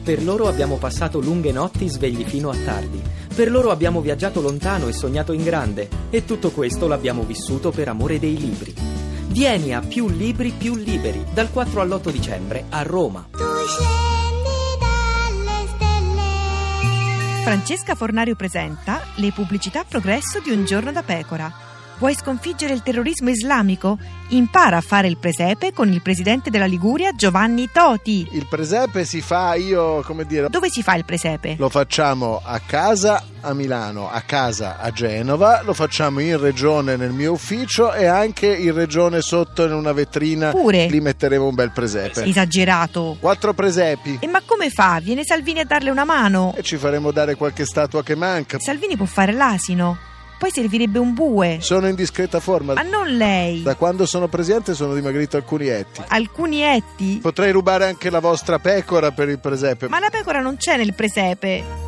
Per loro abbiamo passato lunghe notti svegli fino a tardi. Per loro abbiamo viaggiato lontano e sognato in grande. E tutto questo l'abbiamo vissuto per amore dei libri. Vieni a Più Libri Più Liberi, dal 4 all'8 dicembre a Roma. Tu scendi dalle stelle. Francesca Fornario presenta le pubblicità progresso di Un giorno da pecora. Vuoi sconfiggere il terrorismo islamico? Impara a fare il presepe con il presidente della Liguria, Giovanni Toti. Il presepe si fa, Dove si fa il presepe? Lo facciamo a casa a Milano, a casa a Genova, lo facciamo in regione nel mio ufficio e anche in regione sotto in una vetrina. Pure? Lì metteremo un bel presepe. Esagerato. 4 presepi. E ma come fa? Viene Salvini a darle una mano? E ci faremo dare qualche statua che manca. Salvini può fare l'asino. Poi servirebbe un bue. Sono in discreta forma. Ma non lei. Da quando sono presidente sono dimagrito alcuni etti. Alcuni etti? Potrei rubare anche la vostra pecora per il presepe. Ma la pecora non c'è nel presepe.